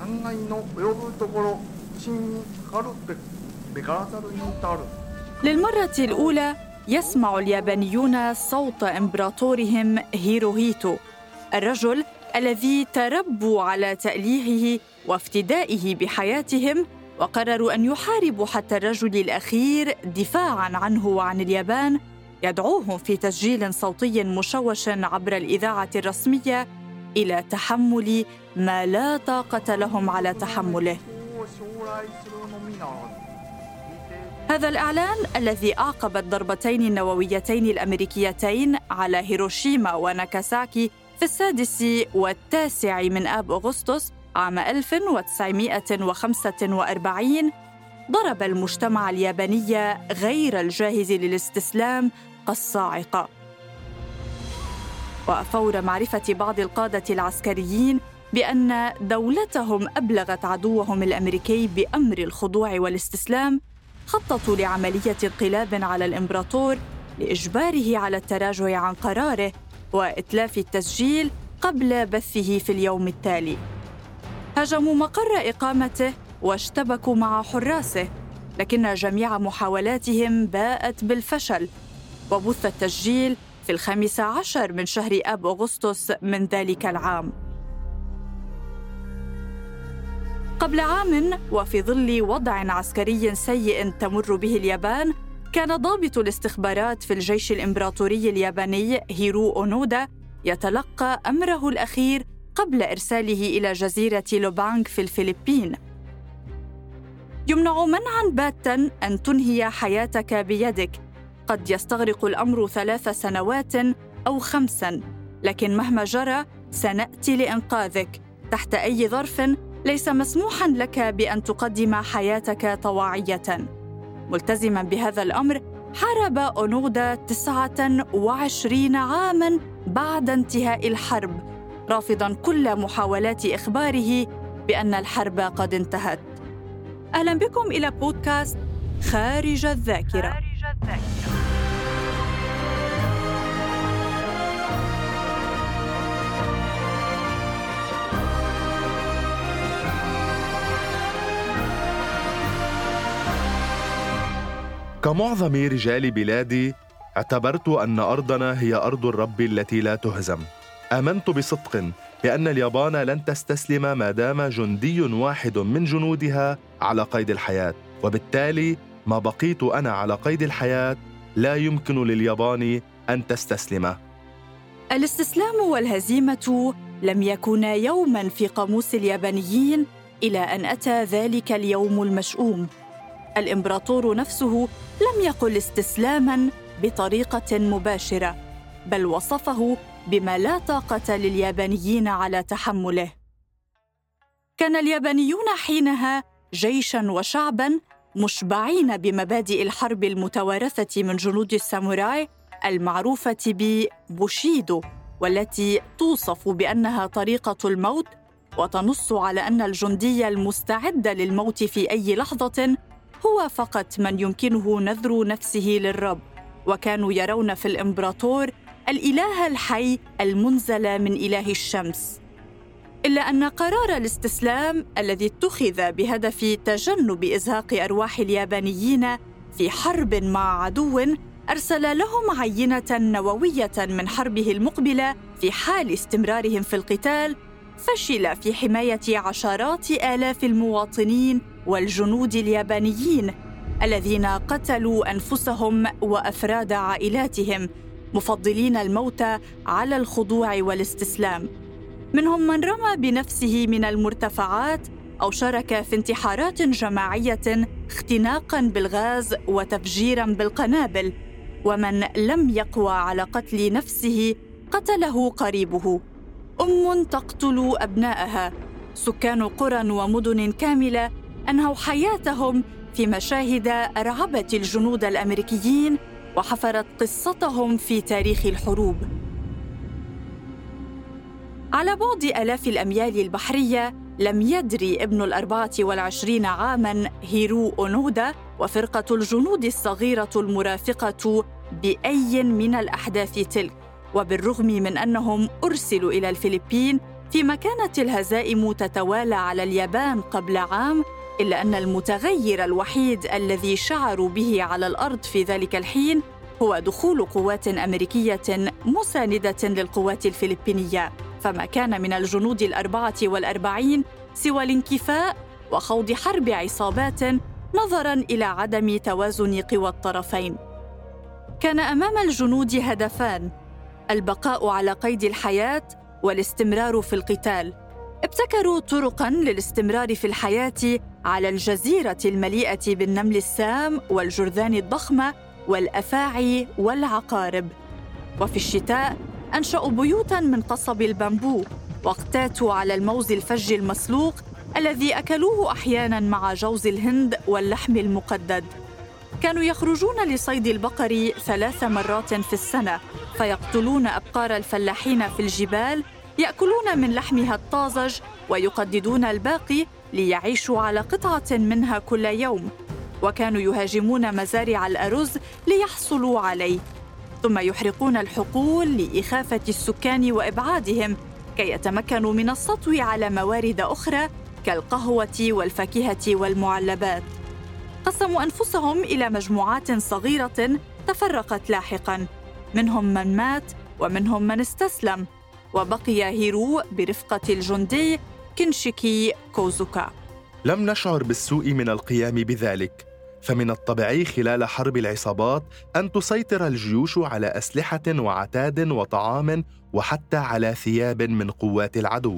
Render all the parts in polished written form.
考えの及ぶところ真にかかるべからざるに至る. للمرة الأولى يسمع اليابانيون صوت إمبراطورهم هيروهيتو، الرجل الذي تربوا على تأليهه وافتدائه بحياتهم، وقرروا أن يحاربوا حتى الرجل الأخير دفاعاً عنه وعن اليابان، يدعوهم في تسجيل صوتي مشوش عبر الإذاعة الرسمية إلى تحمل ما لا طاقة لهم على تحمله. هذا الإعلان الذي أعقب الضربتين النوويتين الأمريكيتين على هيروشيما وناكاساكي في 6 و9 من آب أغسطس عام 1945 ضرب المجتمع الياباني غير الجاهز للاستسلام كالصاعقة. وفور معرفة بعض القادة العسكريين بأن دولتهم أبلغت عدوهم الأمريكي بأمر الخضوع والاستسلام، خططوا لعملية انقلاب على الإمبراطور لإجباره على التراجع عن قراره وإتلاف التسجيل قبل بثه في اليوم التالي. هاجموا مقر إقامته واشتبكوا مع حراسه، لكن جميع محاولاتهم باءت بالفشل، وبث التسجيل في 15 من شهر آب أغسطس من ذلك العام. قبل عام وفي ظل وضع عسكري سيء تمر به اليابان، كان ضابط الاستخبارات في الجيش الإمبراطوري الياباني هيرو أونودا يتلقى أمره الأخير قبل إرساله إلى جزيرة لوبانغ في الفلبين. يمنع منعاً باتاً أن تنهي حياتك بيدك. قد يستغرق الأمر 3 سنوات أو 5، لكن مهما جرى سنأتي لإنقاذك. تحت أي ظرف ليس مسموحاً لك بأن تقدم حياتك طواعية. ملتزماً بهذا الأمر، حارب أونودا 29 عاماً بعد انتهاء الحرب، رافضاً كل محاولات إخباره بأن الحرب قد انتهت. أهلاً بكم إلى بودكاست خارج الذاكرة. كمعظم رجال بلادي، اعتبرت أن أرضنا هي أرض الرب التي لا تهزم. آمنت بصدق بأن اليابان لن تستسلم ما دام جندي واحد من جنودها على قيد الحياة، وبالتالي ما بقيت أنا على قيد الحياة لا يمكن لليابان أن تستسلم. الاستسلام والهزيمة لم يكونا يوماً في قاموس اليابانيين إلى أن أتى ذلك اليوم المشؤوم. الإمبراطور نفسه لم يقل استسلاماً بطريقة مباشرة، بل وصفه بما لا طاقة لليابانيين على تحمله. كان اليابانيون حينها جيشاً وشعباً مشبعين بمبادئ الحرب المتوارثة من جنود الساموراي المعروفة ببوشيدو، والتي توصف بأنها طريقة الموت، وتنص على أن الجندي المستعد للموت في أي لحظة هو فقط من يمكنه نذر نفسه للرب، وكانوا يرون في الإمبراطور الإله الحي المنزل من إله الشمس. إلا أن قرار الاستسلام الذي اتخذ بهدف تجنب إزهاق أرواح اليابانيين في حرب مع عدو أرسل لهم عينة نووية من حربه المقبلة في حال استمرارهم في القتال، فشل في حماية عشرات آلاف المواطنين والجنود اليابانيين الذين قتلوا أنفسهم وأفراد عائلاتهم، مفضلين الموت على الخضوع والاستسلام. منهم من رمى بنفسه من المرتفعات أو شارك في انتحارات جماعية اختناقاً بالغاز وتفجيراً بالقنابل، ومن لم يقوى على قتل نفسه قتله قريبه. تقتل أبنائها. سكان قرى ومدن كاملة أنهوا حياتهم في مشاهد أرعبت الجنود الأمريكيين وحفرت قصتهم في تاريخ الحروب. على بعد آلاف الأميال البحرية لم يدري ابن 24 عاماً هيرو أونودا وفرقة الجنود الصغيرة المرافقة بأي من الأحداث تلك، وبالرغم من أنهم أرسلوا إلى الفلبين فيما كانت الهزائم تتوالى على اليابان قبل عام، إلا أن المتغير الوحيد الذي شعروا به على الأرض في ذلك الحين هو دخول قوات أمريكية مساندة للقوات الفلبينية، فما كان من الجنود 44 سوى الانكفاء وخوض حرب عصابات نظراً إلى عدم توازن قوى الطرفين. كان أمام الجنود هدفان: البقاء على قيد الحياة والاستمرار في القتال. ابتكروا طرقاً للاستمرار في الحياة على الجزيرة المليئة بالنمل السام والجرذان الضخمة والأفاعي والعقارب. وفي الشتاء أنشأوا بيوتاً من قصب البامبو، واقتاتوا على الموز الفج المسلوق الذي أكلوه أحياناً مع جوز الهند واللحم المقدد. كانوا يخرجون لصيد البقر 3 مرات في السنة، فيقتلون أبقار الفلاحين في الجبال، يأكلون من لحمها الطازج ويقددون الباقي ليعيشوا على قطعة منها كل يوم. وكانوا يهاجمون مزارع الأرز ليحصلوا عليه، ثم يحرقون الحقول لإخافة السكان وإبعادهم كي يتمكنوا من السطو على موارد أخرى كالقهوة والفاكهة والمعلبات. قسموا أنفسهم إلى مجموعات صغيرة تفرقت لاحقاً، منهم من مات ومنهم من استسلم، وبقي هيرو برفقة الجندي كينشيكي كوزوكا. لم نشعر بالسوء من القيام بذلك، فمن الطبيعي خلال حرب العصابات أن تسيطر الجيوش على أسلحة وعتاد وطعام وحتى على ثياب من قوات العدو.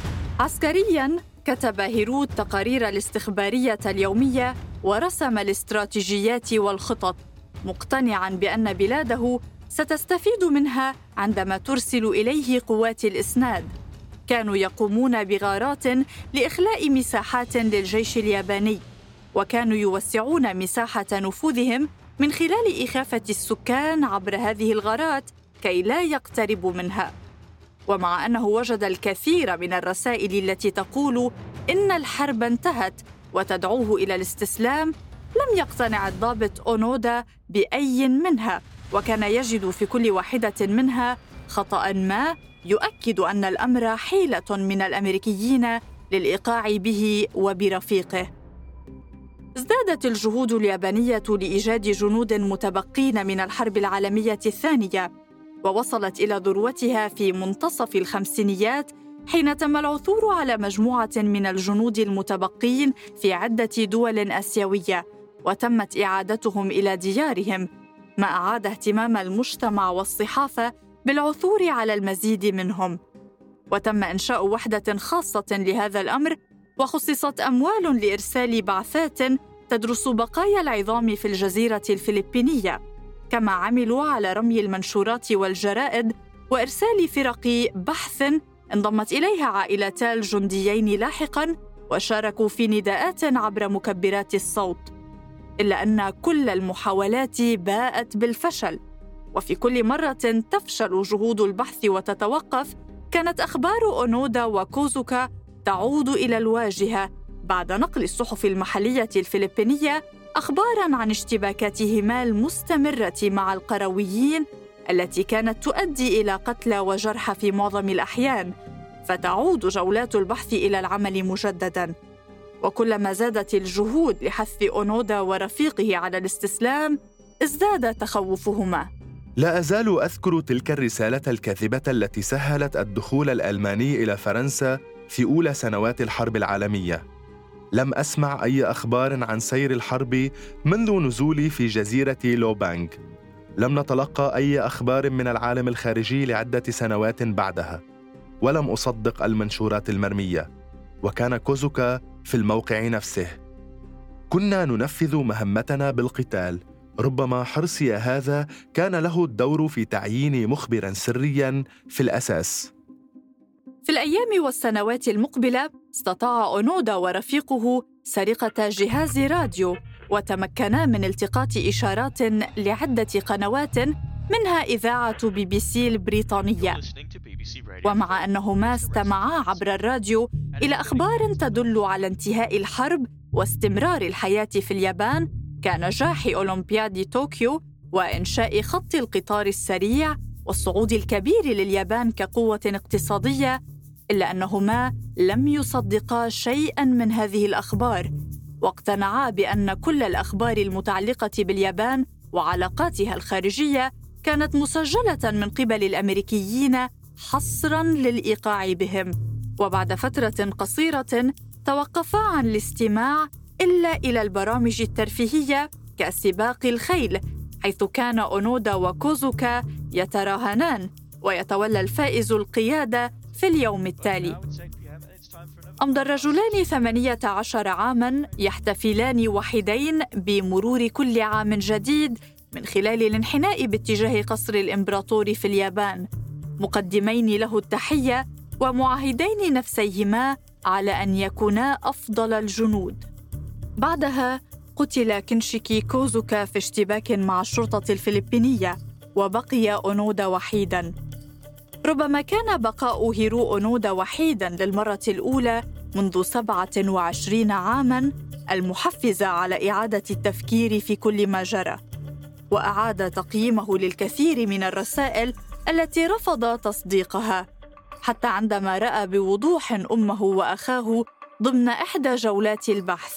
عسكرياً كتب هيرو التقارير الاستخبارية اليومية ورسم الاستراتيجيات والخطط، مقتنعاً بأن بلاده ستستفيد منها عندما ترسل إليه قوات الإسناد. كانوا يقومون بغارات لإخلاء مساحات للجيش الياباني، وكانوا يوسعون مساحة نفوذهم من خلال إخافة السكان عبر هذه الغارات كي لا يقتربوا منها. ومع أنه وجد الكثير من الرسائل التي تقول إن الحرب انتهت وتدعوه إلى الاستسلام، لم يقتنع الضابط أونودا بأي منها، وكان يجد في كل واحدة منها خطأ ما يؤكد أن الأمر حيلة من الأمريكيين للإيقاع به وبرفيقه. ازدادت الجهود اليابانية لإيجاد جنود متبقين من الحرب العالمية الثانية، ووصلت إلى ذروتها في منتصف الخمسينيات حين تم العثور على مجموعة من الجنود المتبقين في عدة دول آسيوية، وتمت إعادتهم إلى ديارهم، ما أعاد اهتمام المجتمع والصحافة بالعثور على المزيد منهم. وتم إنشاء وحدة خاصة لهذا الأمر، وخصصت أموال لإرسال بعثات تدرس بقايا العظام في الجزيرة الفلبينية، كما عملوا على رمي المنشورات والجرائد وإرسال فرق بحث انضمت إليها عائلتا الجنديين لاحقاً، وشاركوا في نداءات عبر مكبرات الصوت. إلا أن كل المحاولات باءت بالفشل، وفي كل مرة تفشل جهود البحث وتتوقف، كانت أخبار أونودا وكوزوكا تعود إلى الواجهة بعد نقل الصحف المحلية الفلبينية أخباراً عن اشتباكاتهما المستمرة مع القرويين التي كانت تؤدي إلى قتلى وجرحى في معظم الأحيان، فتعود جولات البحث إلى العمل مجدداً. وكلما زادت الجهود لحث أونودا ورفيقه على الاستسلام، ازداد تخوفهما. لا أزال أذكر تلك الرسالة الكاذبة التي سهلت الدخول الألماني إلى فرنسا في أولى سنوات الحرب العالمية. لم أسمع أي أخبار عن سير الحرب منذ نزولي في جزيرة لوبانغ. لم نتلقى أي أخبار من العالم الخارجي لعدة سنوات بعدها، ولم أصدق المنشورات المرمية. وكان كوزوكا في الموقع نفسه. كنا ننفذ مهمتنا بالقتال. ربما حرصي هذا كان له الدور في تعيين مخبراً سرياً في الأساس. في الأيام والسنوات المقبلة استطاع أونودا ورفيقه سرقة جهاز راديو، وتمكنا من التقاط إشارات لعدة قنوات منها إذاعة BBC البريطانية. ومع أنهما استمعا عبر الراديو إلى أخبار تدل على انتهاء الحرب واستمرار الحياة في اليابان كنجاح أولمبياد طوكيو وإنشاء خط القطار السريع والصعود الكبير لليابان كقوة اقتصادية، إلا أنهما لم يصدقا شيئاً من هذه الأخبار، واقتنعا بأن كل الأخبار المتعلقة باليابان وعلاقاتها الخارجية كانت مسجلة من قبل الأمريكيين حصراً للإيقاع بهم. وبعد فترة قصيرة توقفا عن الاستماع إلا إلى البرامج الترفيهية كسباق الخيل، حيث كان أونودا وكوزوكا يتراهنان ويتولى الفائز القيادة في اليوم التالي. أمضى الرجلان 18 عاماً يحتفلان وحيدين بمرور كل عام جديد من خلال الانحناء باتجاه قصر الإمبراطور في اليابان، مقدمين له التحية ومعاهدين نفسيهما على أن يكونا أفضل الجنود. بعدها قتل كينشيكي كوزوكا في اشتباك مع الشرطة الفلبينية، وبقي أونودا وحيداً. ربما كان بقاء هيرو أونودا وحيداً للمرة الأولى منذ 27 عاماً المحفز على إعادة التفكير في كل ما جرى، وأعاد تقييمه للكثير من الرسائل التي رفض تصديقها، حتى عندما رأى بوضوح أمه وأخاه ضمن إحدى جولات البحث.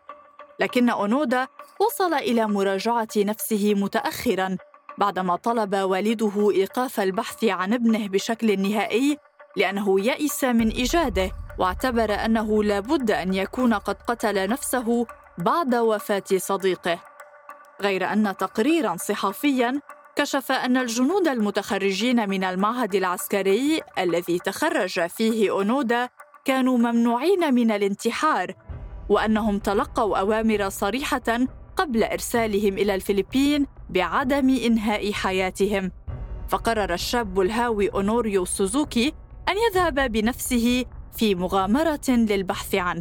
لكن أونودا وصل إلى مراجعة نفسه متأخراً بعدما طلب والده إيقاف البحث عن ابنه بشكل نهائي، لأنه يئس من إيجاده واعتبر أنه لا بد أن يكون قد قتل نفسه بعد وفاة صديقه. غير أن تقريراً صحفياً كشف أن الجنود المتخرجين من المعهد العسكري الذي تخرج فيه أونودا كانوا ممنوعين من الانتحار، وأنهم تلقوا أوامر صريحة قبل إرسالهم إلى الفلبين بعدم إنهاء حياتهم. فقرر الشاب الهاوي أونوريو سوزوكي أن يذهب بنفسه في مغامرة للبحث عنه.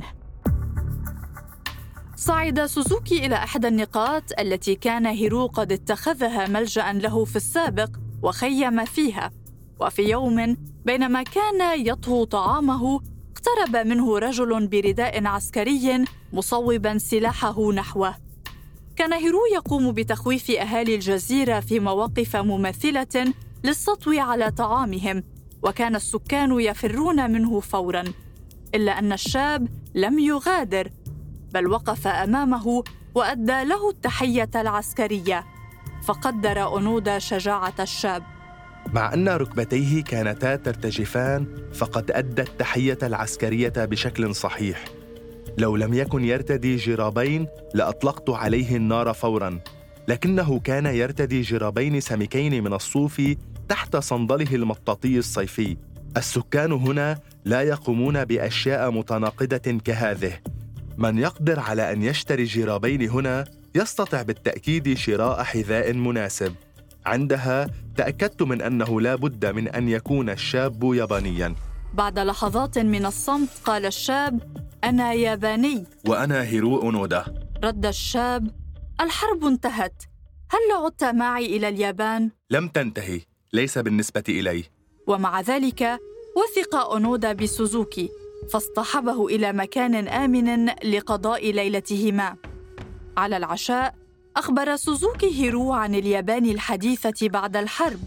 صعد سوزوكي إلى إحدى النقاط التي كان هيرو قد اتخذها ملجأ له في السابق وخيم فيها، وفي يوم بينما كان يطهو طعامه اقترب منه رجل برداء عسكري مصوباً سلاحه نحوه. كان هيرو يقوم بتخويف أهالي الجزيرة في مواقف مماثلة للسطو على طعامهم، وكان السكان يفرون منه فوراً، إلا أن الشاب لم يغادر، بل وقف أمامه وأدى له التحية العسكرية. فقدر أونودا شجاعة الشاب. مع أن ركبتيه كانتا ترتجفان، فقد أدى التحية العسكرية بشكل صحيح. لو لم يكن يرتدي جرابين لأطلقت عليه النار فوراً، لكنه كان يرتدي جرابين سميكين من الصوف تحت صندله المطاطي الصيفي. السكان هنا لا يقومون بأشياء متناقضة كهذه. من يقدر على أن يشتري جرابين هنا يستطيع بالتأكيد شراء حذاء مناسب. عندها تأكدت من أنه لا بد من أن يكون الشاب يابانياً. بعد لحظات من الصمت قال الشاب: أنا ياباني. وأنا هيرو أونودا. رد الشاب: الحرب انتهت، هل عدت معي إلى اليابان؟ لم تنتهي، ليس بالنسبة إلي. ومع ذلك وثق أونودا بسوزوكي، فاصطحبه إلى مكان آمن لقضاء ليلتهما. على العشاء أخبر سوزوكي هيرو عن اليابان الحديثة بعد الحرب.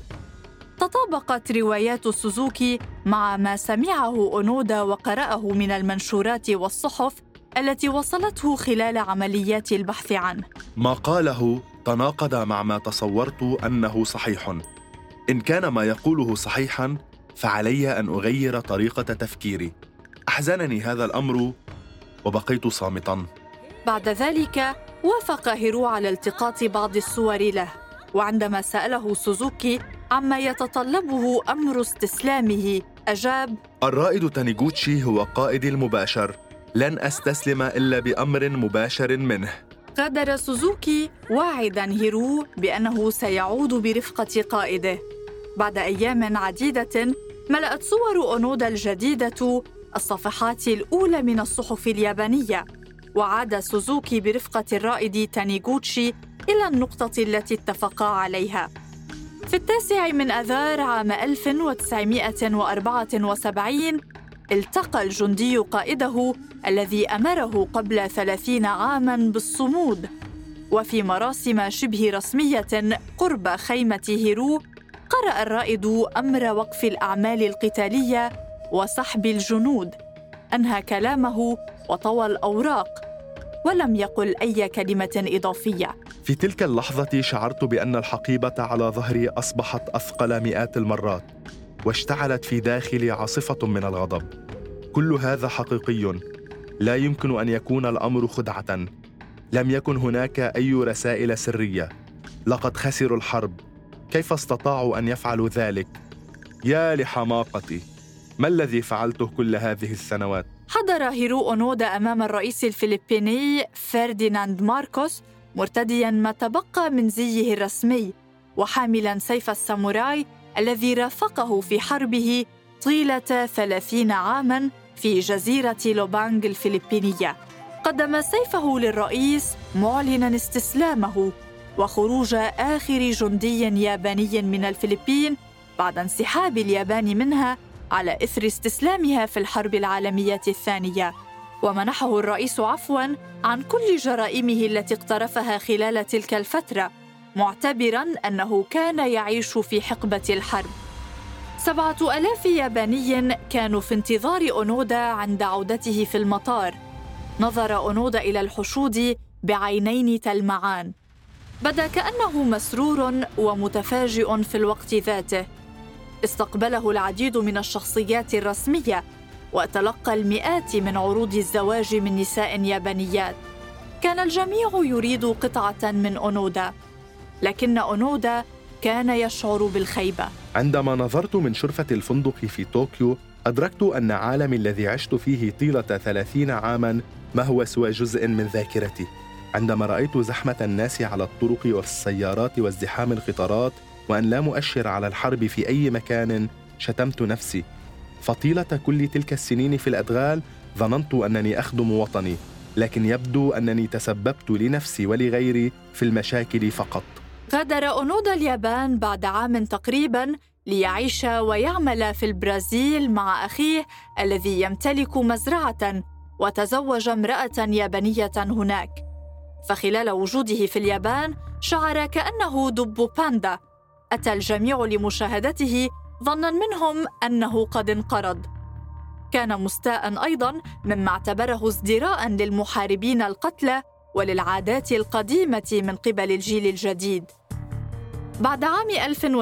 تطابقت روايات سوزوكي مع ما سمعه أونودا وقرأه من المنشورات والصحف التي وصلته خلال عمليات البحث عنه. ما قاله تناقض مع ما تصورت أنه صحيح. إن كان ما يقوله صحيحاً فعلي أن أغير طريقة تفكيري. أحزنني هذا الأمر وبقيت صامتاً. بعد ذلك وافق هيرو على التقاط بعض الصور له، وعندما سأله سوزوكي عما يتطلبه أمر استسلامه أجاب: الرائد تانيغوتشي هو قائدي المباشر، لن أستسلم إلا بأمر مباشر منه. غادر سوزوكي واعداً هيرو بأنه سيعود برفقة قائده. بعد أيام عديدة ملأت صور أونودا الجديدة الصفحات الأولى من الصحف اليابانية، وعاد سوزوكي برفقة الرائد تانيغوتشي إلى النقطة التي اتفقا عليها. في 9 آذار عام 1974 التقى الجندي قائده الذي أمره قبل 30 عاماً بالصمود، وفي مراسم شبه رسمية قرب خيمة هيرو قرأ الرائد أمر وقف الأعمال القتالية وسحب الجنود. أنهى كلامه وطوى الأوراق ولم يقل أي كلمة إضافية. في تلك اللحظة شعرت بأن الحقيبة على ظهري أصبحت أثقل مئات المرات، واشتعلت في داخلي عاصفة من الغضب. كل هذا حقيقي، لا يمكن أن يكون الأمر خدعة. لم يكن هناك أي رسائل سرية. لقد خسروا الحرب. كيف استطاعوا أن يفعلوا ذلك؟ يا لحماقتي، ما الذي فعلته كل هذه السنوات؟ حضر هيرو أونودا أمام الرئيس الفلبيني فرديناند ماركوس مرتدياً ما تبقى من زيه الرسمي، وحاملاً سيف الساموراي الذي رافقه في حربه طيلة 30 عاماً في جزيرة لوبانغ الفلبينية. قدم سيفه للرئيس معلناً استسلامه وخروج آخر جندي ياباني من الفلبين بعد انسحاب اليابان منها على إثر استسلامها في الحرب العالمية الثانية. ومنحه الرئيس عفواً عن كل جرائمه التي اقترفها خلال تلك الفترة، معتبراً أنه كان يعيش في حقبة الحرب. 7,000 ياباني كانوا في انتظار أونودا عند عودته في المطار. نظر أونودا إلى الحشود بعينين تلمعان. بدا كأنه مسرور ومتفاجئ في الوقت ذاته. استقبله العديد من الشخصيات الرسمية، وتلقى المئات من عروض الزواج من نساء يابانيات. كان الجميع يريد قطعة من أونودا، لكن أونودا كان يشعر بالخيبة. عندما نظرت من شرفة الفندق في طوكيو، أدركت أن عالمي الذي عشت فيه طيلة 30 عاماً ما هو سوى جزء من ذاكرتي. عندما رأيت زحمة الناس على الطرق وفي السيارات وازدحام القطارات، وأن لا مؤشر على الحرب في أي مكان، شتمت نفسي. فطيلة كل تلك السنين في الأدغال ظننت أنني أخدم وطني، لكن يبدو أنني تسببت لنفسي ولغيري في المشاكل فقط. غادر أونودا اليابان بعد عام تقريباً ليعيش ويعمل في البرازيل مع أخيه الذي يمتلك مزرعة، وتزوج امرأة يابانية هناك. فخلال وجوده في اليابان شعر كأنه دب باندا. أتى الجميع لمشاهدته ظناً منهم أنه قد انقرض. كان مستاءً أيضاً مما اعتبره ازدراءً للمحاربين القتلى وللعادات القديمة من قبل الجيل الجديد. بعد عام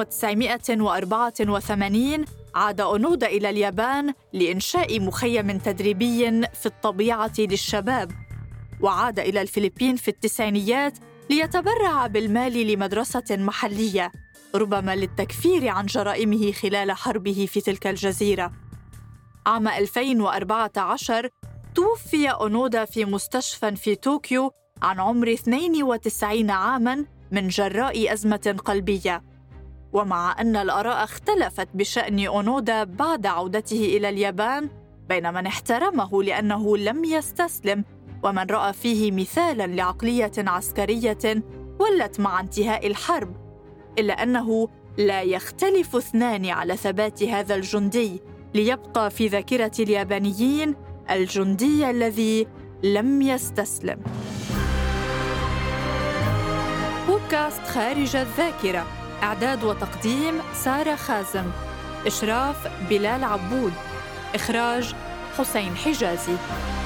1984 عاد أونودا إلى اليابان لإنشاء مخيم تدريبي في الطبيعة للشباب، وعاد إلى الفلبين في التسعينيات ليتبرع بالمال لمدرسة محلية، ربما للتكفير عن جرائمه خلال حربه في تلك الجزيرة. عام 2014 توفي أونودا في مستشفى في طوكيو عن عمر 92 عاماً من جراء أزمة قلبية. ومع أن الآراء اختلفت بشأن أونودا بعد عودته إلى اليابان بين من احترمه لأنه لم يستسلم ومن رأى فيه مثالاً لعقلية عسكرية ولت مع انتهاء الحرب، إلا أنه لا يختلف اثنان على ثبات هذا الجندي ليبقى في ذاكرة اليابانيين الجندي الذي لم يستسلم. بودكاست خارج الذاكرة، إعداد وتقديم سارة خازم، إشراف بلال عبود، إخراج حسين حجازي.